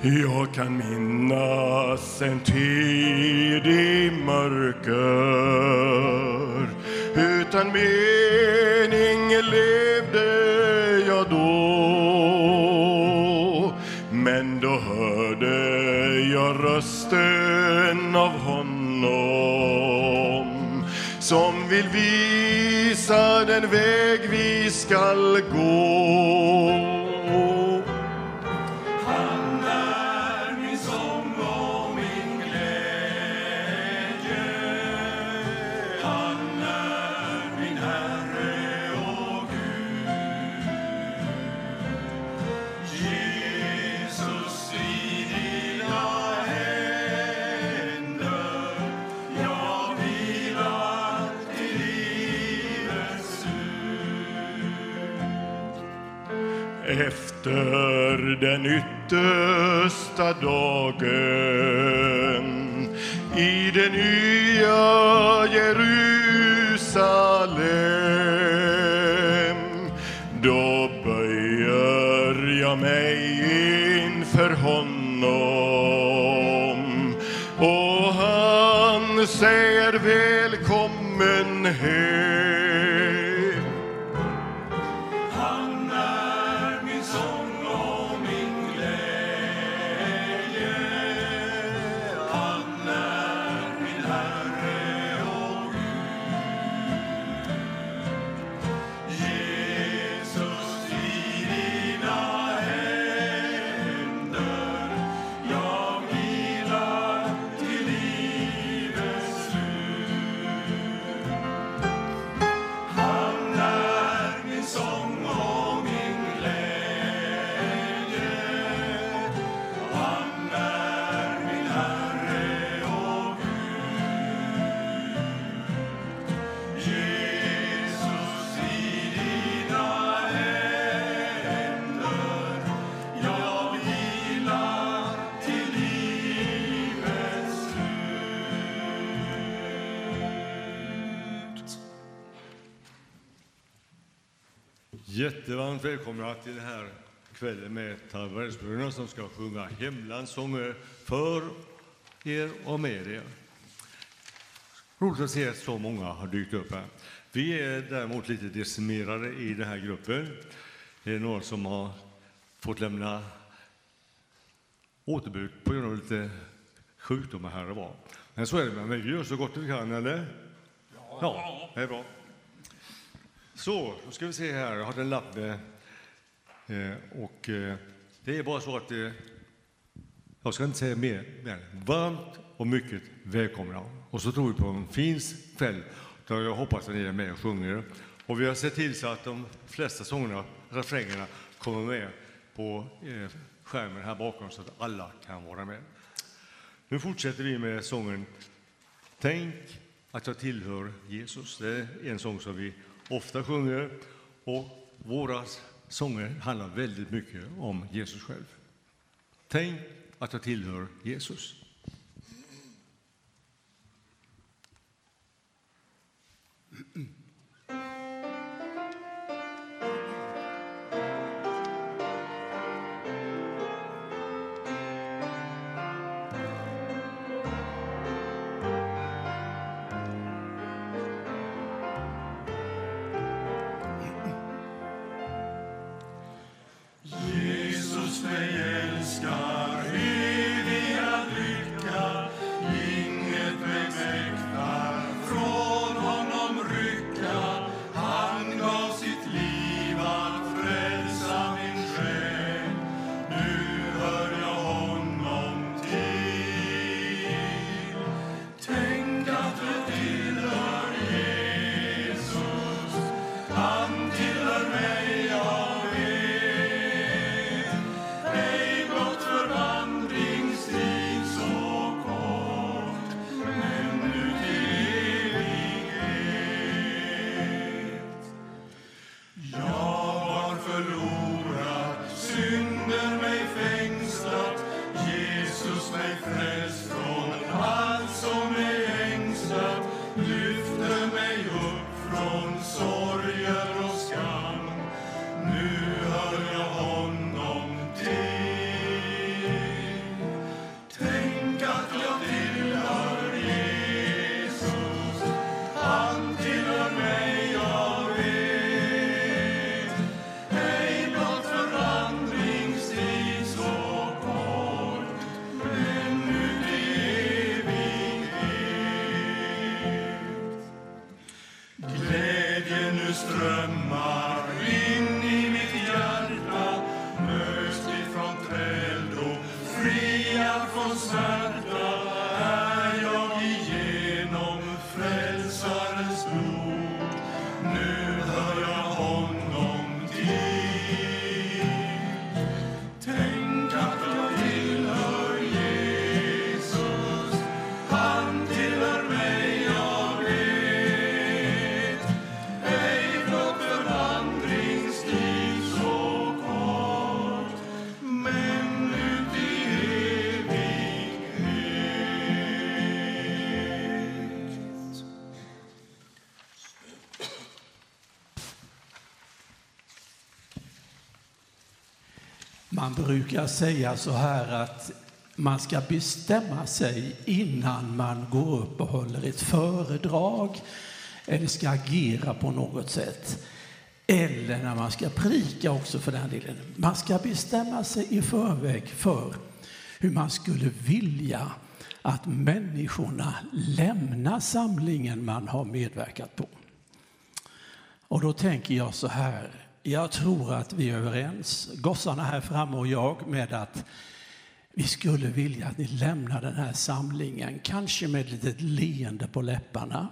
Jag kan minnas en tid i mörker, utan mening levde jag då. Men då hörde jag rösten av honom, som vill visa den väg vi skall gå. Efter den yttersta dagen i det nya Jerusalem, då böjer jag mig inför honom, och han säger välkommen hem. Jättevarmt välkomna till den här kvällen med Tavernbröderna som ska sjunga hemlandssånger för er och med er. Roligt att se att så många har dykt upp här. Vi är däremot lite decimerade i den här gruppen. Det är några som har fått lämna återbud på grund av lite sjukdomar här och var. Men så är det, men vi gör så gott vi kan, eller? Ja, det är bra. Så, då ska vi se här. Jag har en lapp och det är bara så att jag ska inte säga mer, men varmt och mycket välkomna. Och så tror vi på en fin kväll där jag hoppas att ni är med och sjunger. Och vi har sett till så att de flesta sångerna, refrängerna, kommer med på skärmen här bakom så att alla kan vara med. Nu fortsätter vi med sången Tänk att jag tillhör Jesus. Det är en sång som vi ofta sjunger, och våra sånger handlar väldigt mycket om Jesus själv. Tänk att jag tillhör Jesus. och smärta är jag igenom frälsarens blod. Nu hör jag honom till. Tänk att jag tillhör Jesus, han tillhör mig, jag vet. Ej blott förvandringstid så kort, men ut i evighet. Man brukar säga så här att man ska bestämma sig innan man går upp och håller ett föredrag eller ska agera på något sätt. Eller när man ska predika också för den delen. Man ska bestämma sig i förväg för hur man skulle vilja att människorna lämnar samlingen man har medverkat på. Och då tänker jag så här. Jag tror att vi är överens, gossarna här framme och jag, med att vi skulle vilja att ni lämnar den här samlingen, kanske med ett litet leende på läpparna.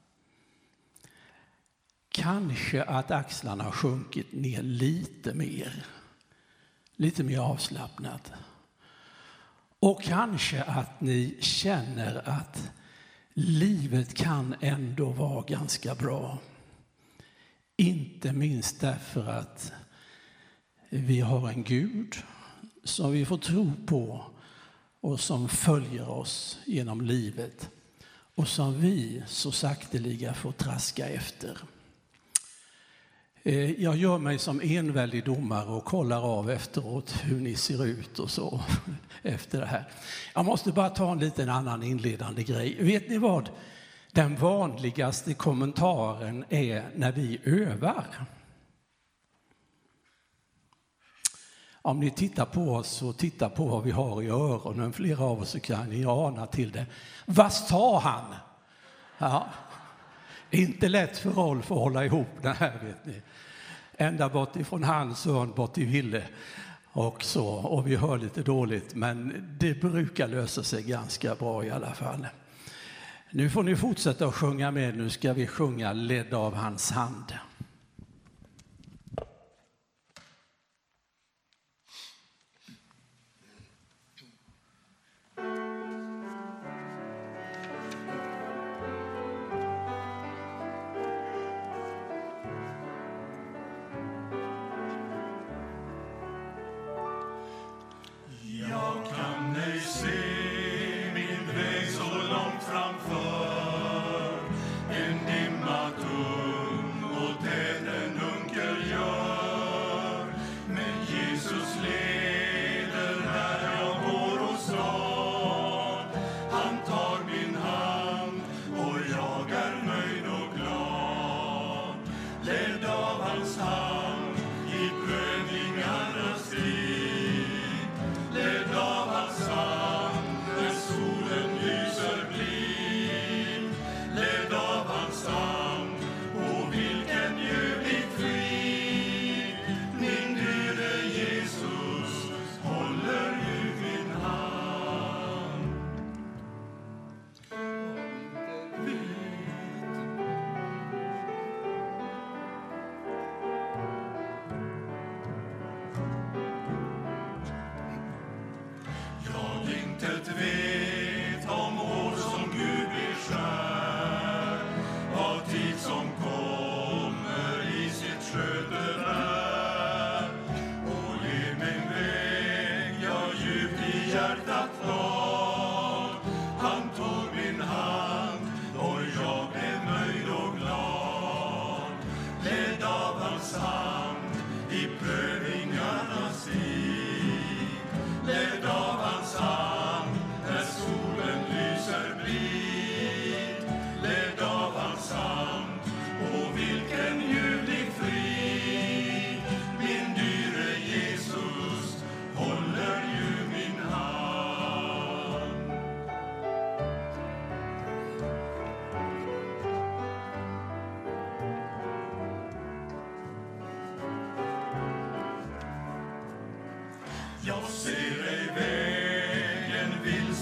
Kanske att axlarna har sjunkit ner lite mer avslappnat. Och kanske att ni känner att livet kan ändå vara ganska bra. Inte minst därför att vi har en Gud som vi får tro på och som följer oss genom livet och som vi så sakteliga får traska efter. Jag gör mig som enväldig domare och kollar av efteråt hur ni ser ut och så efter det här. Jag måste bara ta en liten annan inledande grej. Vet ni vad? Den vanligaste kommentaren är när vi övar. Om ni tittar på oss och tittar på vad vi har i öronen, flera av oss, så kan ni ana till det. Vad sa han? Ja, inte lätt för Rolf att hålla ihop det här, vet ni. Ända bort ifrån hans hörn bort till Ville och så. Och vi hör lite dåligt, men det brukar lösa sig ganska bra i alla fall. Nu får ni fortsätta att sjunga med. Nu ska vi sjunga Ledd av hans hand. Jag kan ej se min väg så långt framför. En dimma tung och tät en unker gör. Men Jesus leder när jag går och står. Han tar min hand och jag är nöjd och glad. Ledd av hans hand i prövningarnas tid. Ledd av hans hand när solen lyser blid. Ledd av hans hand, och vilken ljuvlig frid. Min dyre Jesus håller ju min hand. Jag intet vet om år som Gud beskär, vad tid som kommer i sitt sköte bär. Och led min väg, jag djupt i hjärtat glad. Han tog min hand och jag blev nöjd och glad. Ledd av hans hand i prövningarnas tid. Ledd av hans hand när solen lyser blid. Ledd av hans hand, och vilken ljuvlig frid. Min dyre Jesus håller ju min hand. Jag ser ej vägen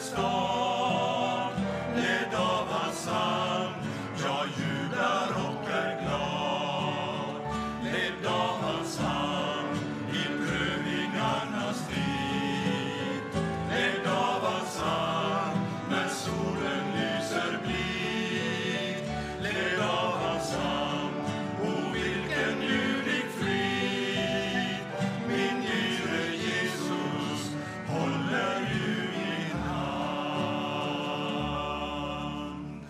stad, ledd av hans hand. Jag jublar och är glad, ledd av hans hand i prövningarnas tid, ledd av hans hand när solen lyser blid, ledd av hans hand, o vilken ljuvlig frid. Min dyre Jesus håller ju min hand.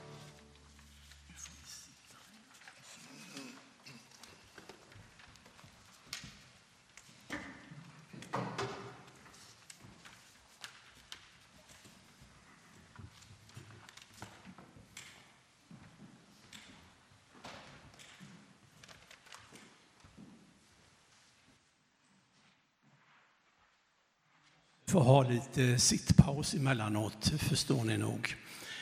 Får ha lite sittpaus emellanåt, förstår ni nog.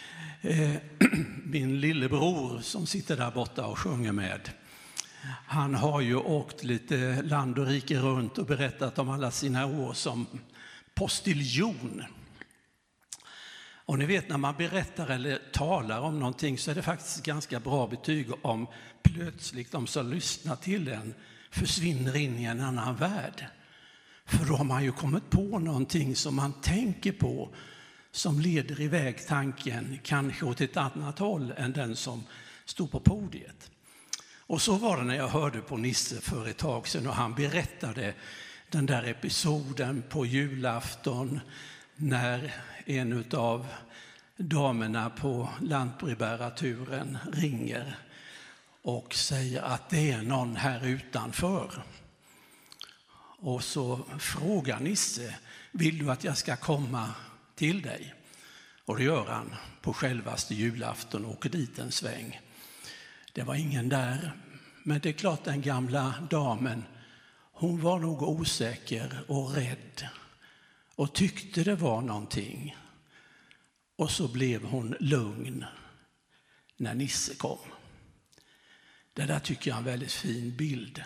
Min lillebror som sitter där borta och sjunger med, han har ju åkt lite land och rike runt och berättat om alla sina år som postiljon. Och ni vet, när man berättar eller talar om någonting så är det faktiskt ganska bra betyg om plötsligt de som lyssnar till en försvinner in i en annan värld. För då har man ju kommit på någonting som man tänker på som leder iväg tanken kanske åt ett annat håll än den som stod på podiet. Och så var det när jag hörde på Nisse för ett tag sedan och han berättade den där episoden på julafton när en av damerna på lantbrevbärarturen ringer och säger att det är någon här utanför. Och så frågar Nisse, vill du att jag ska komma till dig? Och det gör han på självaste julafton och åker dit en sväng. Det var ingen där, men det är klart den gamla damen, hon var nog osäker och rädd och tyckte det var någonting. Och så blev hon lugn när Nisse kom. Det där tycker jag är en väldigt fin bild.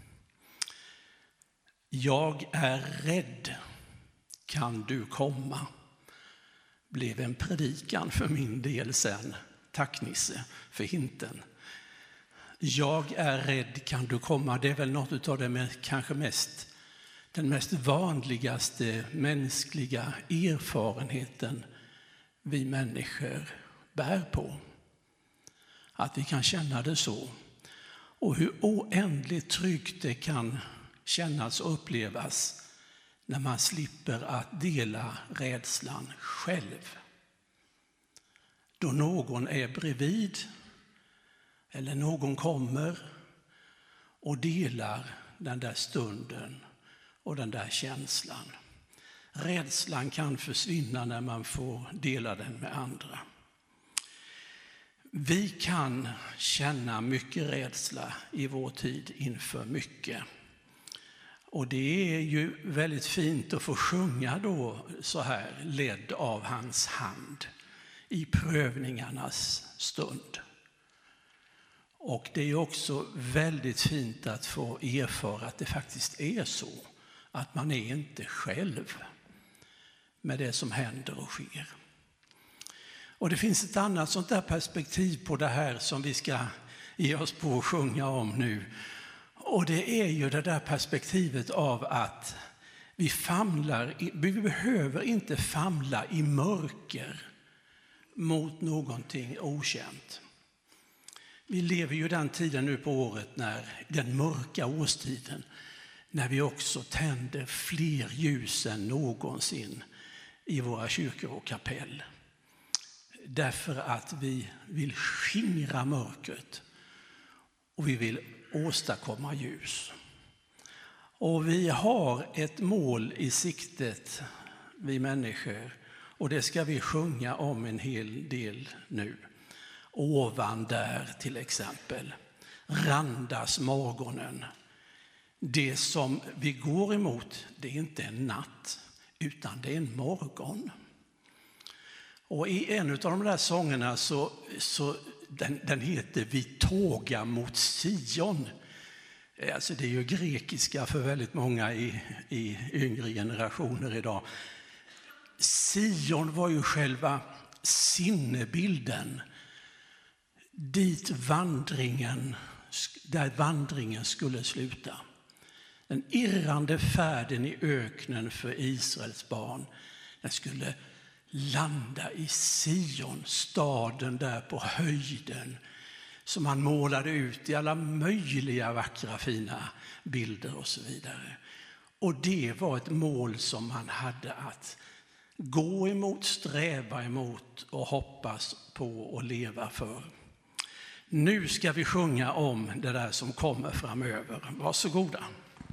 Jag är rädd, kan du komma? Blev en predikan för min del sen. Tack Nisse för hinten. Jag är rädd, kan du komma? Det är väl något av det kanske den mest vanligaste mänskliga erfarenheten vi människor bär på. Att vi kan känna det så. Och hur oändligt tryggt det kan kännas och upplevas när man slipper att dela rädslan själv. Då någon är bredvid eller någon kommer och delar den där stunden och den där känslan. Rädslan kan försvinna när man får dela den med andra. Vi kan känna mycket rädsla i vår tid inför mycket. Och det är ju väldigt fint att få sjunga då så här, ledd av hans hand i prövningarnas stund. Och det är också väldigt fint att få erfara att det faktiskt är så. Att man är inte själv med det som händer och sker. Och det finns ett annat sånt där perspektiv på det här som vi ska ge oss på att sjunga om nu. Och det är ju det där perspektivet av att vi behöver inte famla i mörker mot någonting okänt. Vi lever ju den tiden nu på året, den mörka årstiden, när vi också tänder fler ljus än någonsin i våra kyrkor och kapell. Därför att vi vill skingra mörkret och vi vill åstadkomma ljus. Och vi har ett mål i siktet, vi människor, och det ska vi sjunga om en hel del nu. Ovan där till exempel, randas morgonen. Det som vi går emot, det är inte en natt, utan det är en morgon. Och i en av de där sångerna den heter Vi tåga mot Sion. Alltså det är ju grekiska för väldigt många i yngre generationer idag. Sion var ju själva sinnebilden där vandringen skulle sluta. Den irrande färden i öknen för Israels barn, den skulle landa i Sion, staden där på höjden, som han målade ut i alla möjliga vackra fina bilder och så vidare. Och det var ett mål som han hade att gå emot, sträva emot och hoppas på och leva för. Nu ska vi sjunga om det där som kommer framöver. Varsågoda.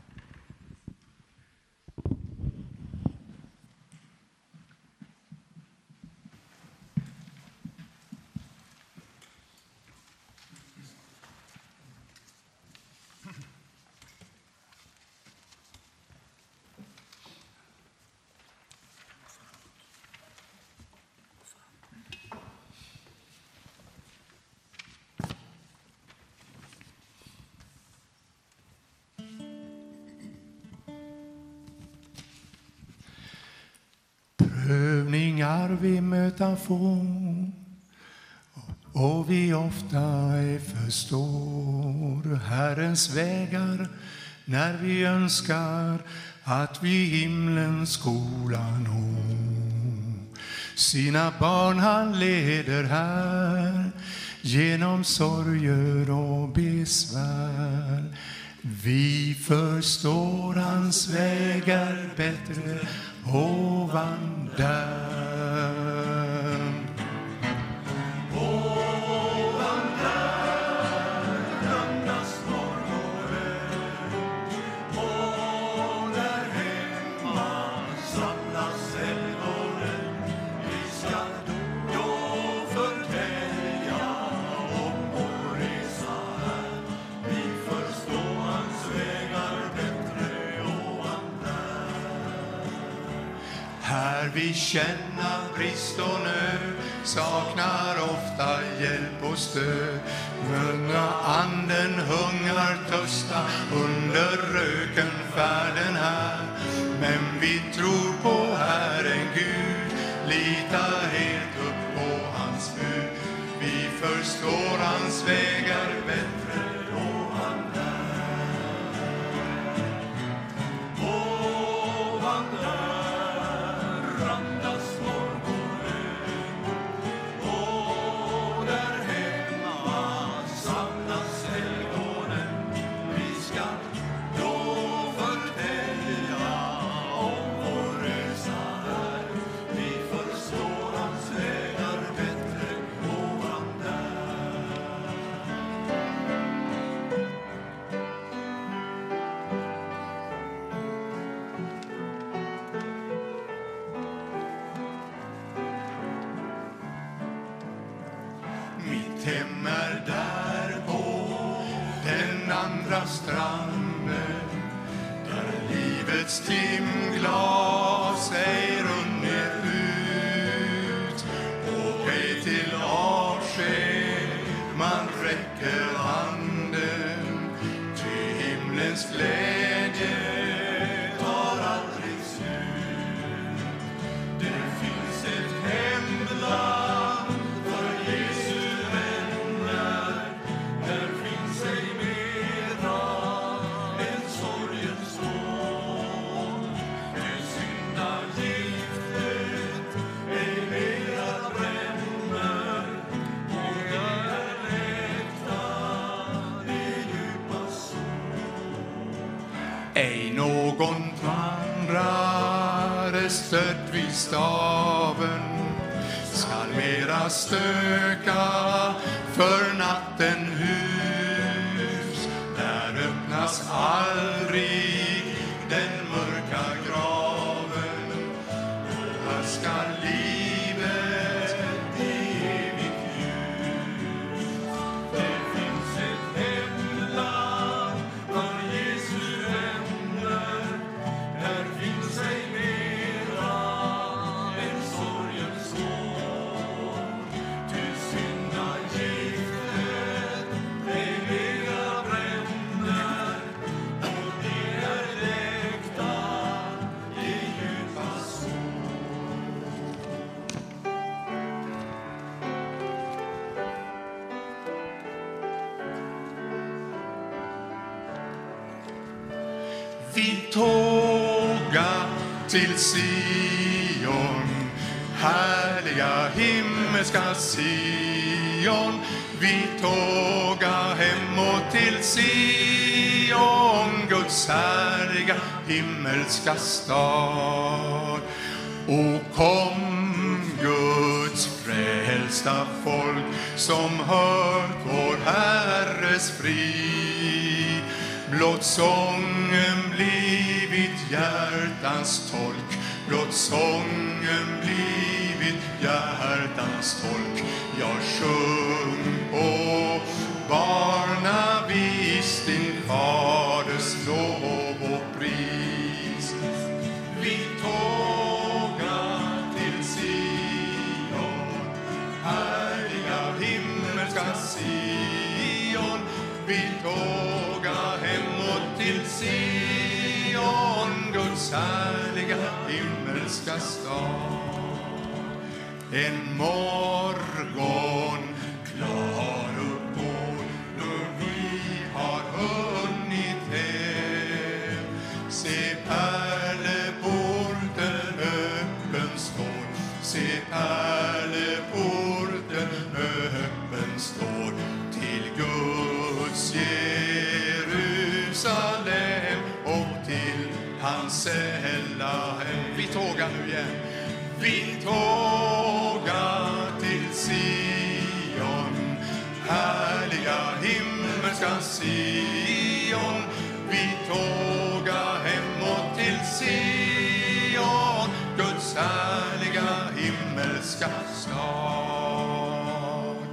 Prövningar vi möta får och vi ofta ej förstår Herrens vägar när vi önskar att vi himlens skola når. Sina barn han leder här genom sorger och besvär. Vi förstår hans vägar bättre och vandrar. Vi känner brist och nöd, saknar ofta hjälp och stöd. Många anden hungrar törsta under röken färden här. Men vi tror på Herren Gud, lita helt upp på hans bud. Vi förstår hans vägar bättre och vandrar. Och vandrar. Hem är där på den andra stranden, där livets timglas ej runnit ut. Och ej till avsked man räcker handen, till himlens glädje tar aldrig slut. Det finns ett hemland för Jesus. Ej någon vandrare stött vid staven skall mera stöka för natten hus. Där öppnas aldrig den mörka graven, och här skall livet i evigt ljus. Det finns ett hemland för Jesu vänner, där finns ej mera en sorgens år. Ty syndagiftet ej mera bränner, och det är läkta i djupa sår. vi tåga till Sion, härliga himmelska Sion. Vi tåga hemåt till Sion, Guds härliga himmelska stad. Och kom Guds frälsta folk som hört vår Herres frid. Blott sången blivit hjärtans tolk, blott sången blivit hjärtans tolk. Jag sjung och barna vis din faders lov och pris. Vi tåga till Sion, härliga himmelska Sion. Vi tåga hemåt till Sion, Guds härliga himmelska stad. En morgon klar uppgår, då vi har hunnit hem. Se pärleporten öppen står, se pärleporten öppen står. Till Guds Jerusalem och till hans hela hem. Vi tågar nu igen. Vi tåga till Sion, härliga himmelska Sion. Vi tåga hemåt till Sion, Guds härliga himmelska stad.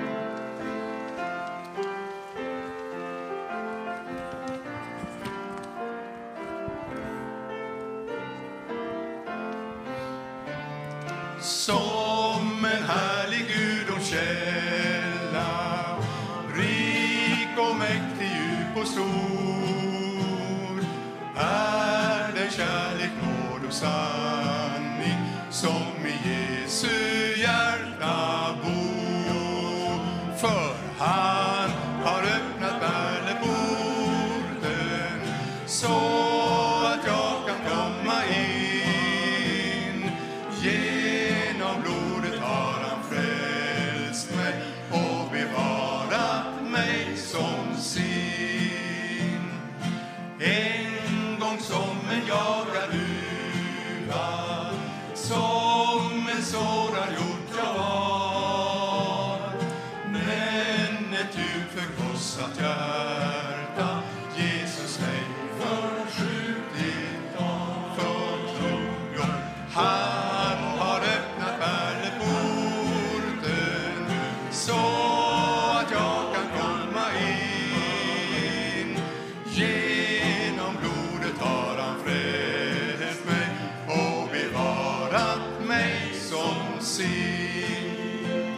Som en härlig gudomskälla, rik och mäktig, djup och stor, är den kärlek, nåd och sanning som i Jesu hjärta bor. För han har öppnat pärleporten så att jag kan komma in. Genom blodet har han frälst mig och bevarat mig som sin. En gång som en jagad duva, som en sårad hjort jag var. Men ett djupt förkrossat hjärta Jesus ej förskjutit av förtroende. Han har öppnat pärleporten så att jag kan komma in. Genom blodet har han frälst mig och bevarat mig som sin.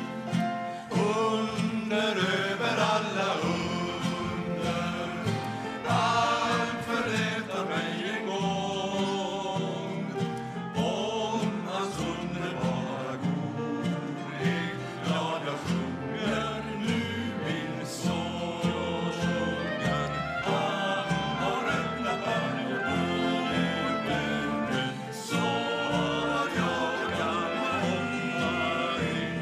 Under över alla under, allt förrättar mig en gång. Om hans underbara godhet, glad jag sjunger nu min sång. Han har öppnat pärleporten så att jag kan komma in.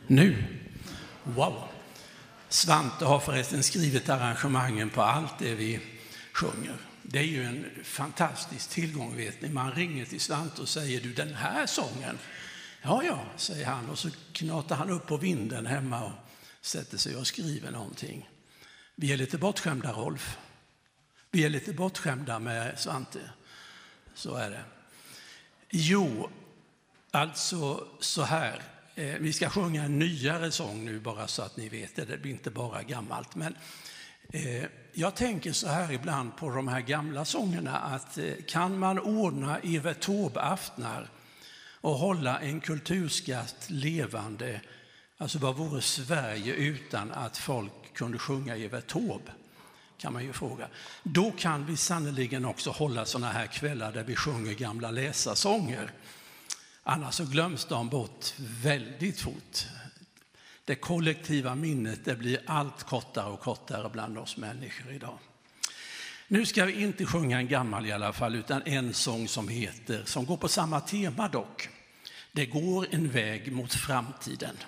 Nu. Wow. Svante har förresten skrivit arrangemangen på allt det vi sjunger. Det är ju en fantastisk tillgång, vet ni. Man ringer till Svante och säger, du, den här sången? Ja, säger han, och så knatar han upp på vinden hemma och sätter sig och skriver någonting. Vi är lite bortskämda, Rolf. Vi är lite bortskämda med Svante. Så är det. Jo, alltså så här. Vi ska sjunga en nyare sång nu, bara så att ni vet det. Det blir inte bara gammalt. Men jag tänker så här ibland på de här gamla sångerna, att kan man ordna Evert Taube-aftnar och hålla en kulturskatt levande, alltså vad vore Sverige utan att folk kunde sjunga Evert Taube, kan man ju fråga. Då kan vi sannoliken också hålla såna här kvällar där vi sjunger gamla läsarsånger. Annars så glöms de bort väldigt fort. Det kollektiva minnet, det blir allt kortare och kortare bland oss människor idag. Nu ska vi inte sjunga en gammal i alla fall, utan en sång som går på samma tema dock. Det går en väg mot framtiden.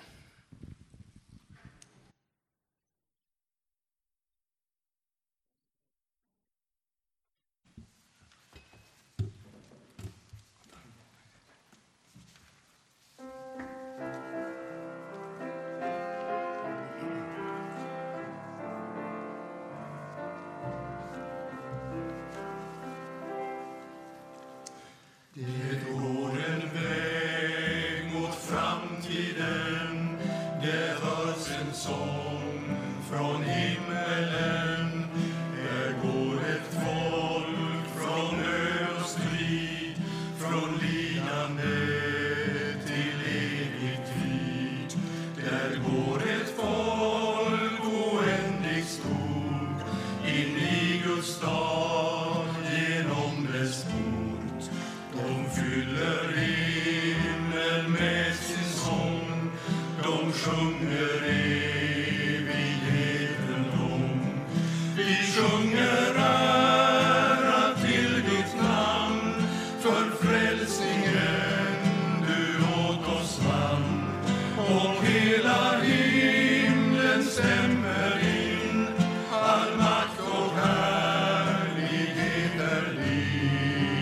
Det går en väg mot framtiden, det hörs en sång från himmelen. Där går ett folk från nöd och strid, från lidande till evig tid. Där går ett folk oändligt stort, in i Guds stad genom dess port. De fyller himlen med sin sång, de sjunger evigheten lång. Vi sjunger ära till ditt namn, för frälsningen du åt oss vann. Och hela himlen stämmer in, all makt och härlighet är din.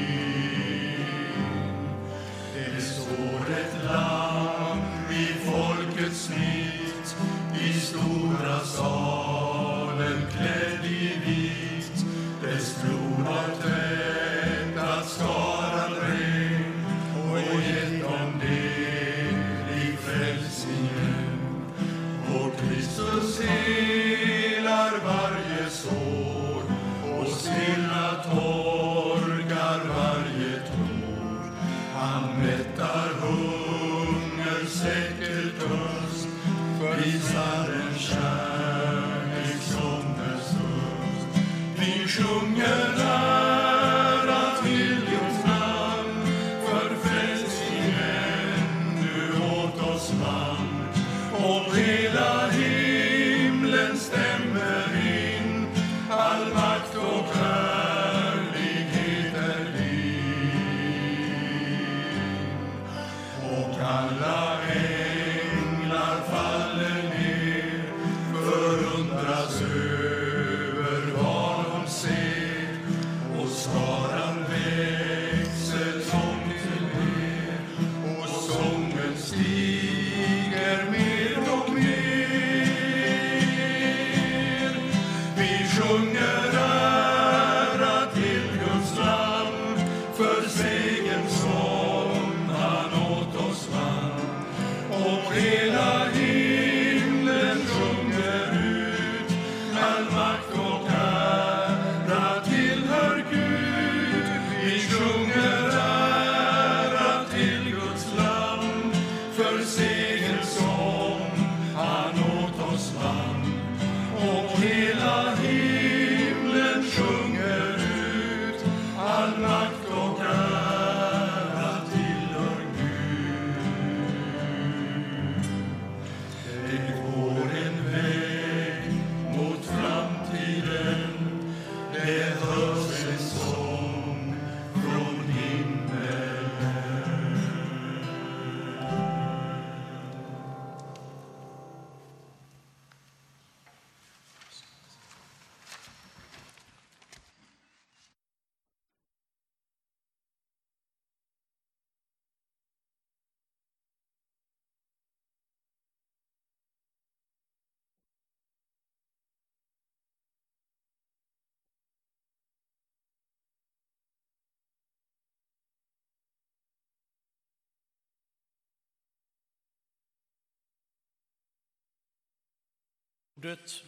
Det står ett lamm i folkets mitt, i stora salen klädd i vitt. Dess blod har tvättat skaran ren och gett dem del i frälsningen. Och Kristus helar varje sår och stilla torkar varje tår. Han mättar hunger, släcker törst, visar en kärlekssångers röst. Vi sjunger ära till Guds namn, för frälsningen du åt oss vann. Och hela himlen stämmer in, all makt och härlighet är din. Och alla änglar faller ner, förundras över vad de ser. Och skaran växer sång till mer, och sången stiger mer och mer. Vi sjunger ära till Guds namn, för segern som han åt oss vann. Och hela himlen sjunger ut, all makt och ära tillhör Gud. Vi sjunger ära till Guds namn, för segern som han åt oss vann. Och hela himlen ordet.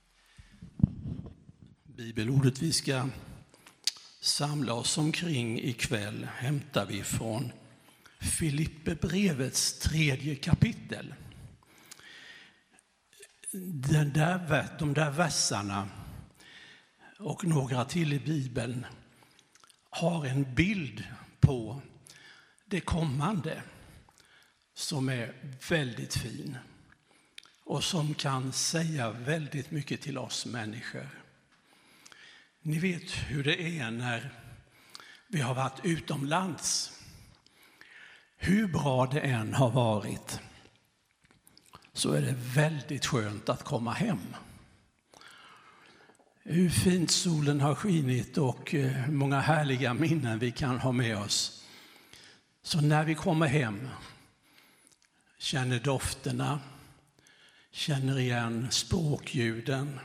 Bibelordet vi ska samla oss omkring ikväll hämtar vi från Filipperbrevets 3:e kapitel. De där versarna och några till i Bibeln har en bild på det kommande som är väldigt fin och som kan säga väldigt mycket till oss människor. Ni vet hur det är när vi har varit utomlands. Hur bra det än har varit så är det väldigt skönt att komma hem. Hur fint solen har skinit och hur många härliga minnen vi kan ha med oss. Så när vi kommer hem, känner dofterna, känner igen språkljuden,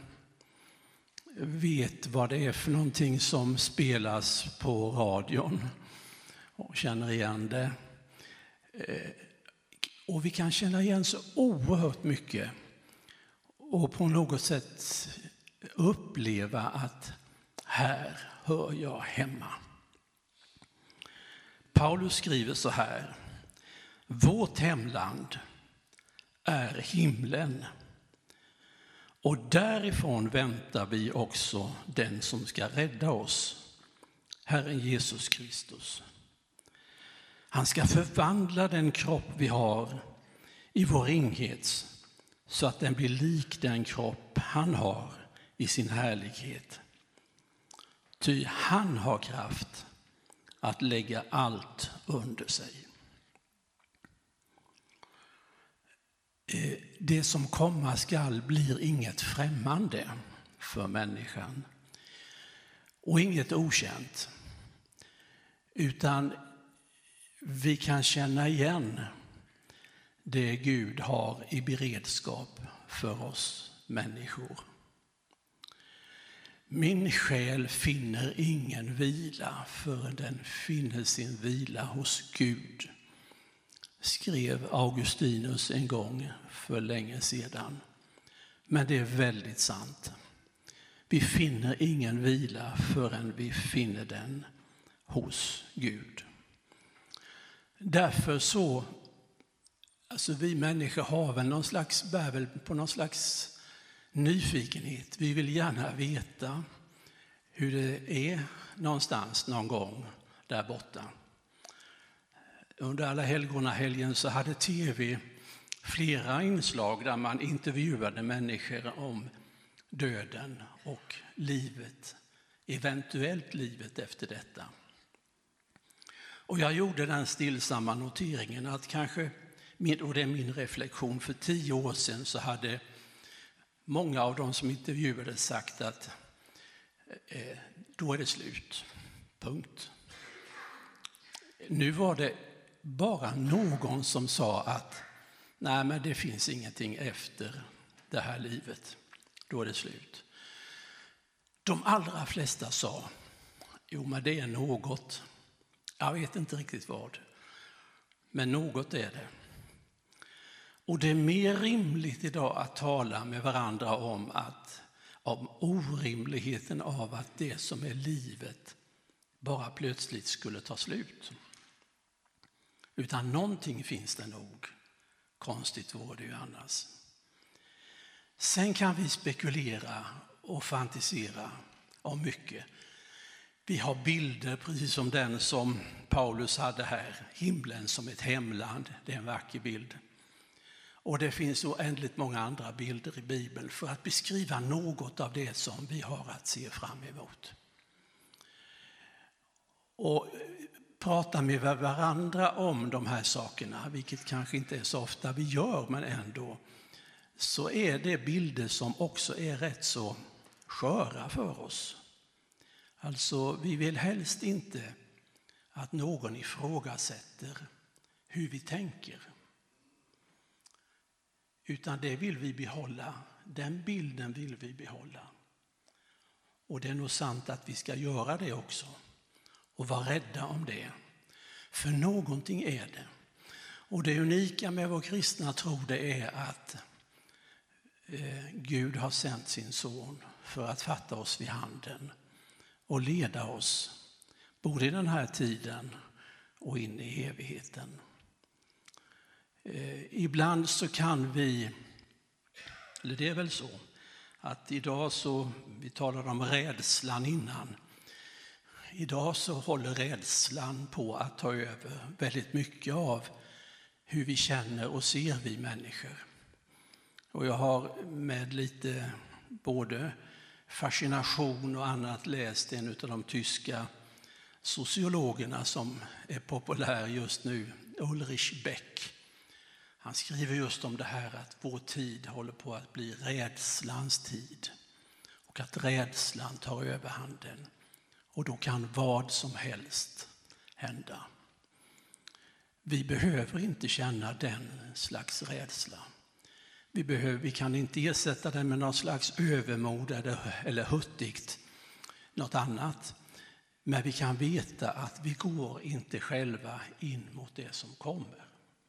vet vad det är för någonting som spelas på radion och känner igen det. Och vi kan känna igen så oerhört mycket och på något sätt uppleva att här hör jag hemma. Paulus skriver så här: vårt hemland är himlen och därifrån väntar vi också den som ska rädda oss, Herren Jesus Kristus. Han ska förvandla den kropp vi har i vår ringhet så att den blir lik den kropp han har i sin härlighet. Ty han har kraft att lägga allt under sig. Det som komma skall blir inget främmande för människan och inget okänt, utan vi kan känna igen det Gud har i beredskap för oss människor. Min själ finner ingen vila förrän den finner sin vila hos Gud, skrev Augustinus en gång för länge sedan. Men det är väldigt sant. Vi finner ingen vila förrän vi finner den hos Gud. Därför så, vi människor har väl bär väl på någon slags nyfikenhet. Vi vill gärna veta hur det är någonstans någon gång där borta. Under alla helgen så hade tv flera inslag där man intervjuade människor om döden och livet, eventuellt livet efter detta. Och jag gjorde den stillsamma noteringen att kanske, och det är min reflektion, för 10 år sedan så hade många av de som intervjuades sagt att då är det slut, punkt. Nu var det bara någon som sa att nej, men det finns ingenting efter det här livet, då är det slut. De allra flesta sa, jo men det är något, jag vet inte riktigt vad, men något är det. Och det är mer rimligt idag att tala med varandra om orimligheten av att det som är livet bara plötsligt skulle ta slut. Utan någonting finns det nog. Konstigt vore det ju annars. Sen kan vi spekulera och fantisera om mycket. Vi har bilder precis som den som Paulus hade här. Himlen som ett hemland, det är en vacker bild. Och det finns oändligt många andra bilder i Bibeln för att beskriva något av det som vi har att se fram emot. Och prata med varandra om de här sakerna, vilket kanske inte är så ofta vi gör, men ändå, så är det bilder som också är rätt så sköra för oss. Alltså, vi vill helst inte att någon ifrågasätter hur vi tänker. Utan det vill vi behålla, den bilden vill vi behålla. Och det är nog sant att vi ska göra det också. Och vara rädda om det. För någonting är det. Och det unika med vår kristna tro, det är att Gud har sänt sin son för att fatta oss vid handen och leda oss både i den här tiden och in i evigheten. Ibland så kan vi, eller det är väl så, att idag så, vi talade om rädslan innan, idag så håller rädslan på att ta över väldigt mycket av hur vi känner och ser vi människor. Och jag har med lite både fascination och annat läst en av de tyska sociologerna som är populär just nu, Ulrich Beck. Han skriver just om det här att vår tid håller på att bli rädslans tid och att rädslan tar överhanden. Och då kan vad som helst hända. Vi behöver inte känna den slags rädsla. Vi kan inte ersätta den med någon slags övermod eller hurtigt, något annat. Men vi kan veta att vi går inte själva in mot det som kommer.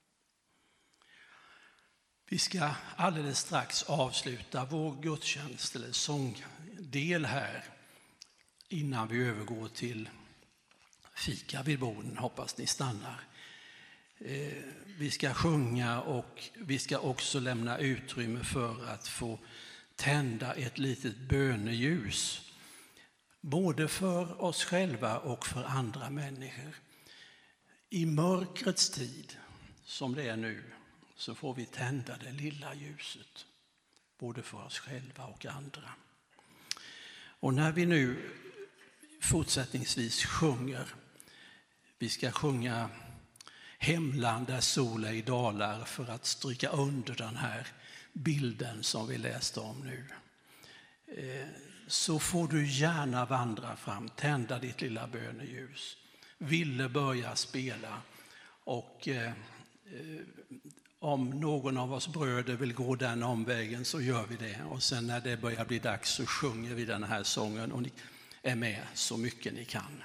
Vi ska alldeles strax avsluta vår gudstjänst eller sångdel här innan vi övergår till fika vid borden. Hoppas ni stannar. Vi ska sjunga och vi ska också lämna utrymme för att få tända ett litet böneljus. Både för oss själva och för andra människor. I mörkrets tid som det är nu så får vi tända det lilla ljuset. Både för oss själva och andra. Och när vi nu fortsättningsvis sjunger, vi ska sjunga Hemland där sol ej dalar för att stryka under den här bilden som vi läste om nu. Så får du gärna vandra fram, tända ditt lilla böneljus. Ville börja spela och om någon av oss bröder vill gå den omvägen så gör vi det. Och sen när det börjar bli dags så sjunger vi den här sången och ni är med så mycket ni kan.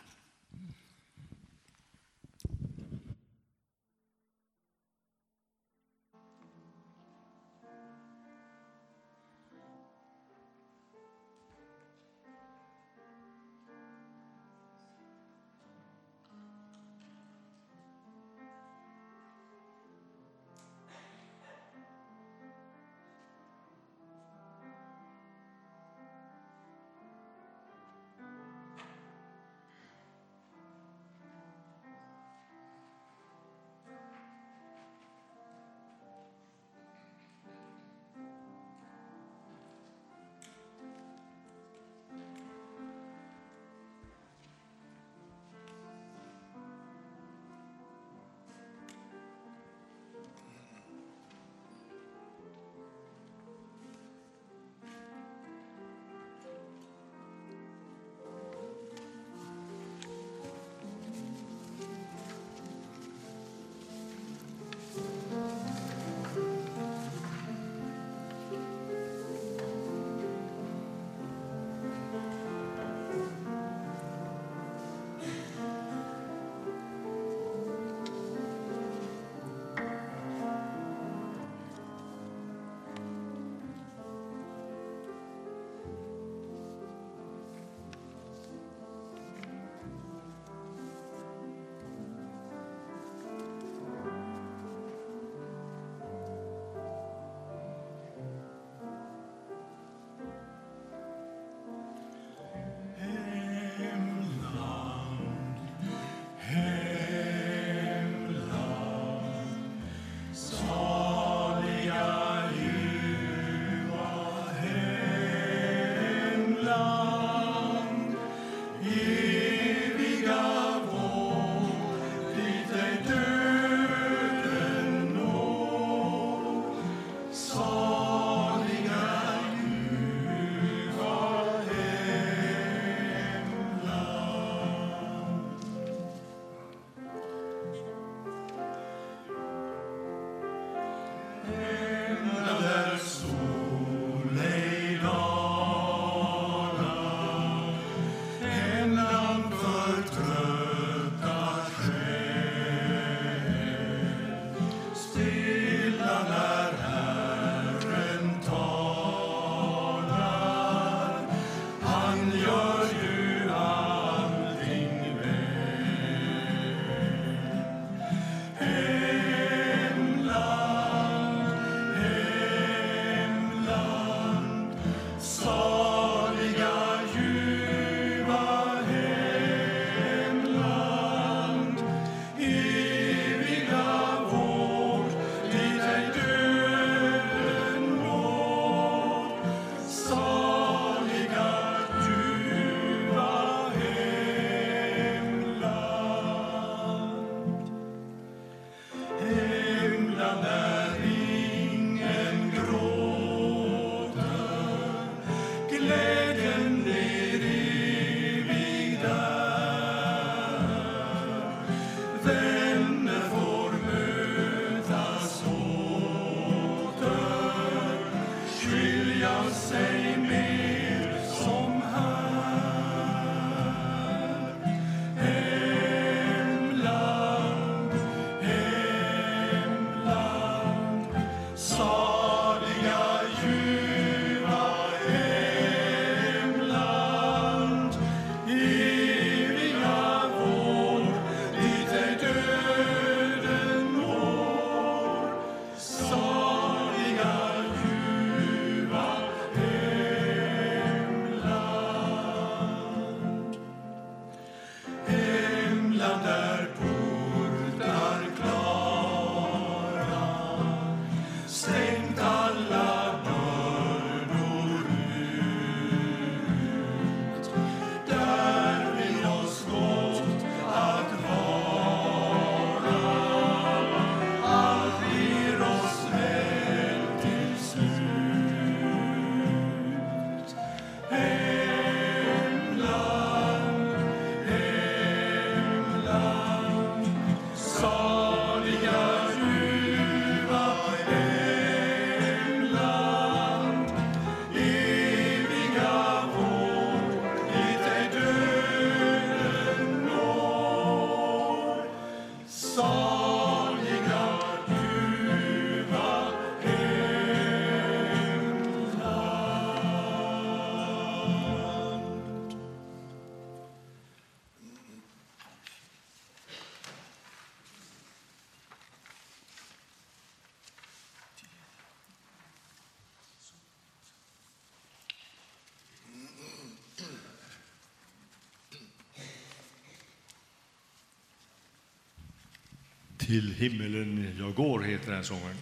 Till himmelen jag går heter den här sången.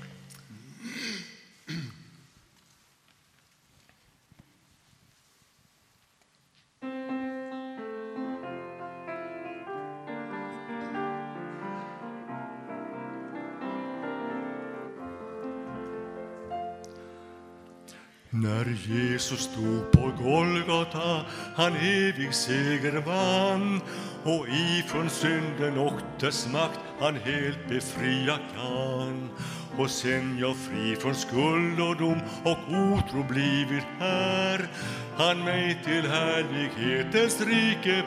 När Jesus stod på Golgata, han evig seger vann, och ifrån synden och dess makt han helt befria kan. Och sen jag fri från skuld och dom och otro blivit här, han mig till härlighetens rike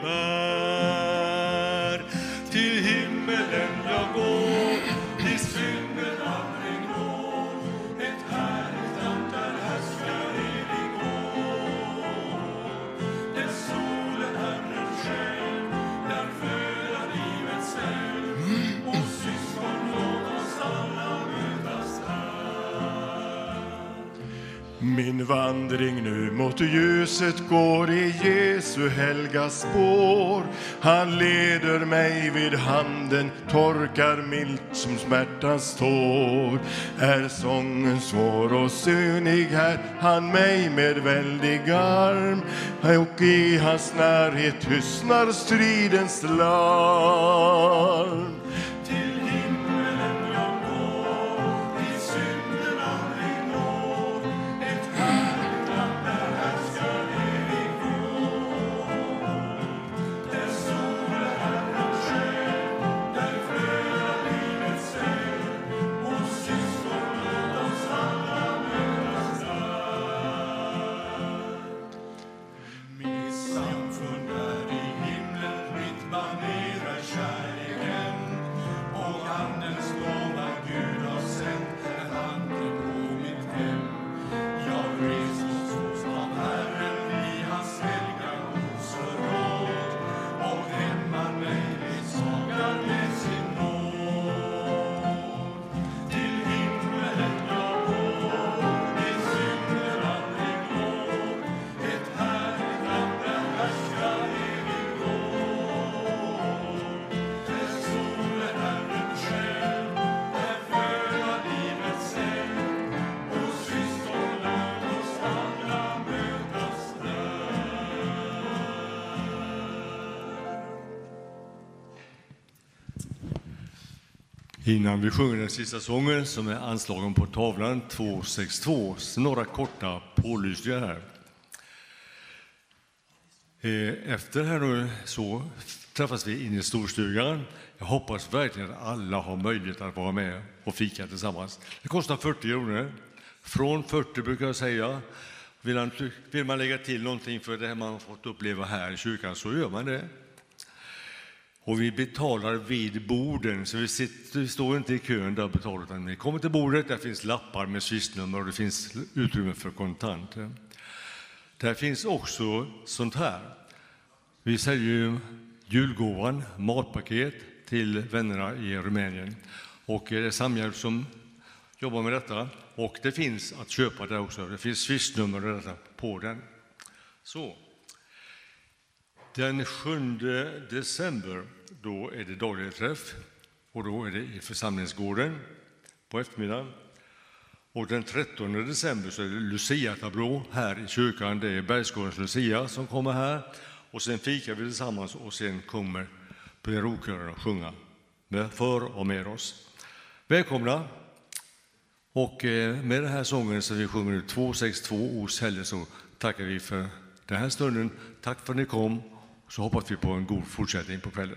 bär. Till himmelen jag går, till synden aldrig når, ett härligt land där härskar evig år. Där solen Herren själv, där flödar livets eld, och syskon låt oss alla mötas här. Min vandring nu mot ljuset går i Jesu helga spår. Han leder mig vid handen, torkar milt som smärtans tår. Är sången svår och sönig här, han mig med väldig arm, och i hans närhet tystnar stridens larm. Till himmelen jag går, till synden aldrig når, ett härligt land där härskar evig vår. Där solen Herren själv, där flödar livets eld, och syskon låt oss alla mötas där. Mitt samfund är i himlen, mitt baner är kärleken, och andens gåva Gud har sänt är anden på mitt hem. Jag reses av Herren i hans helga husförråd, och hämmar mig vid sagar med sin nåd. Till himmelen jag går, till synden aldrig når, ett härligt land där härskar evig år. Där solen Herren själv, där flödar livets eld, och syskon låt oss alla mötas där. Innan vi sjunger den sista sången som är anslagen på tavlan 262, så några korta pålysningar här. Efter här nu så träffas vi in i storstugan. Jag hoppas verkligen att alla har möjlighet att vara med och fika tillsammans. Det kostar 40 kronor. Från 40 brukar jag säga. Vill man lägga till någonting för det här man har fått uppleva här i kyrkan, så gör man det. Och vi betalar vid borden, så vi står inte i kön där och betalar, utan vi kommer till bordet, där finns lappar med swishnummer och det finns utrymme för kontanter. Där finns också sånt här. Vi säljer ju julgåvan, matpaket till vännerna i Rumänien. Och det är Samhjälp som jobbar med detta. Och det finns att köpa där också. Det finns swishnummer och detta på den. Så. Den 7 december, då är det daglig träff. Och då är det i församlingsgården på eftermiddagen. Och den 13 december så är det Lucia-tablå här i kyrkan. Det är Bergsgårdens Lucia som kommer här. Och sen fikar vi tillsammans och sen kommer PRO-kören att sjunga för och med oss. Välkomna! Och med den här sången som vi sjunger nu 262 års helg, så tackar vi för den här stunden. Tack för att ni kom. Så hoppas vi på en god fortsättning på kvällen.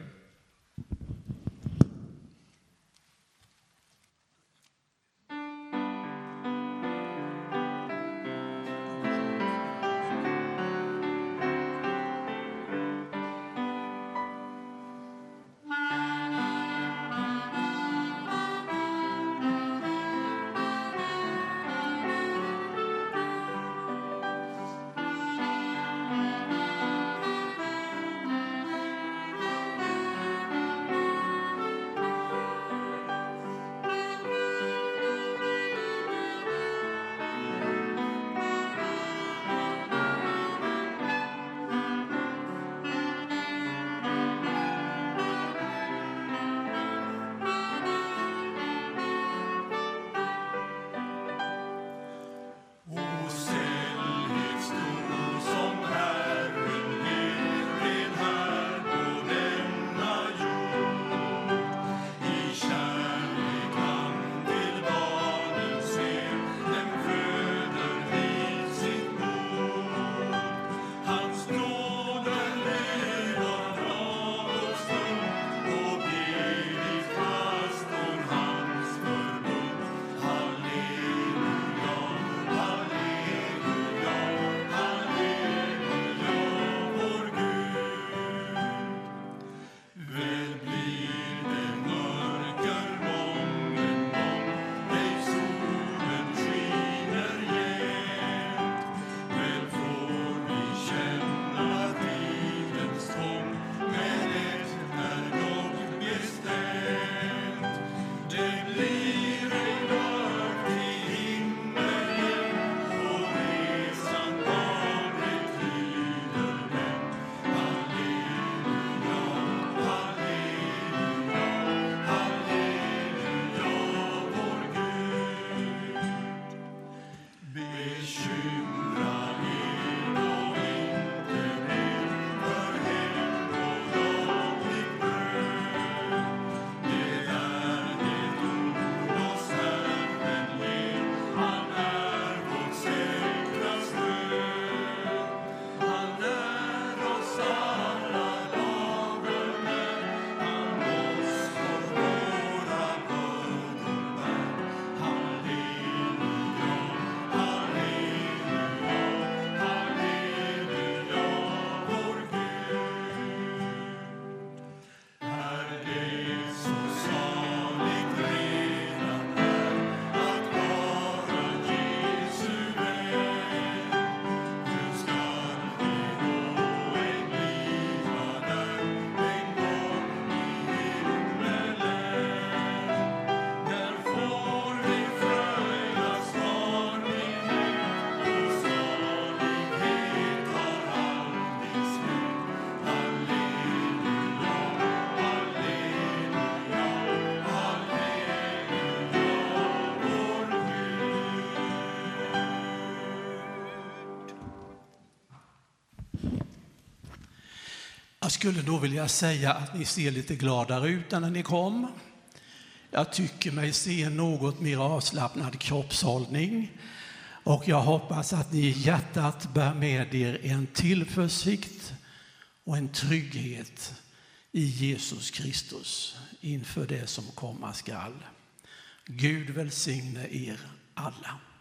Jag skulle då vilja säga att ni ser lite gladare ut än när ni kom. Jag tycker mig se en något mer avslappnad kroppshållning. Och jag hoppas att ni i hjärtat bär med er en tillförsikt och en trygghet i Jesus Kristus inför det som komma skall. Gud välsigne er alla.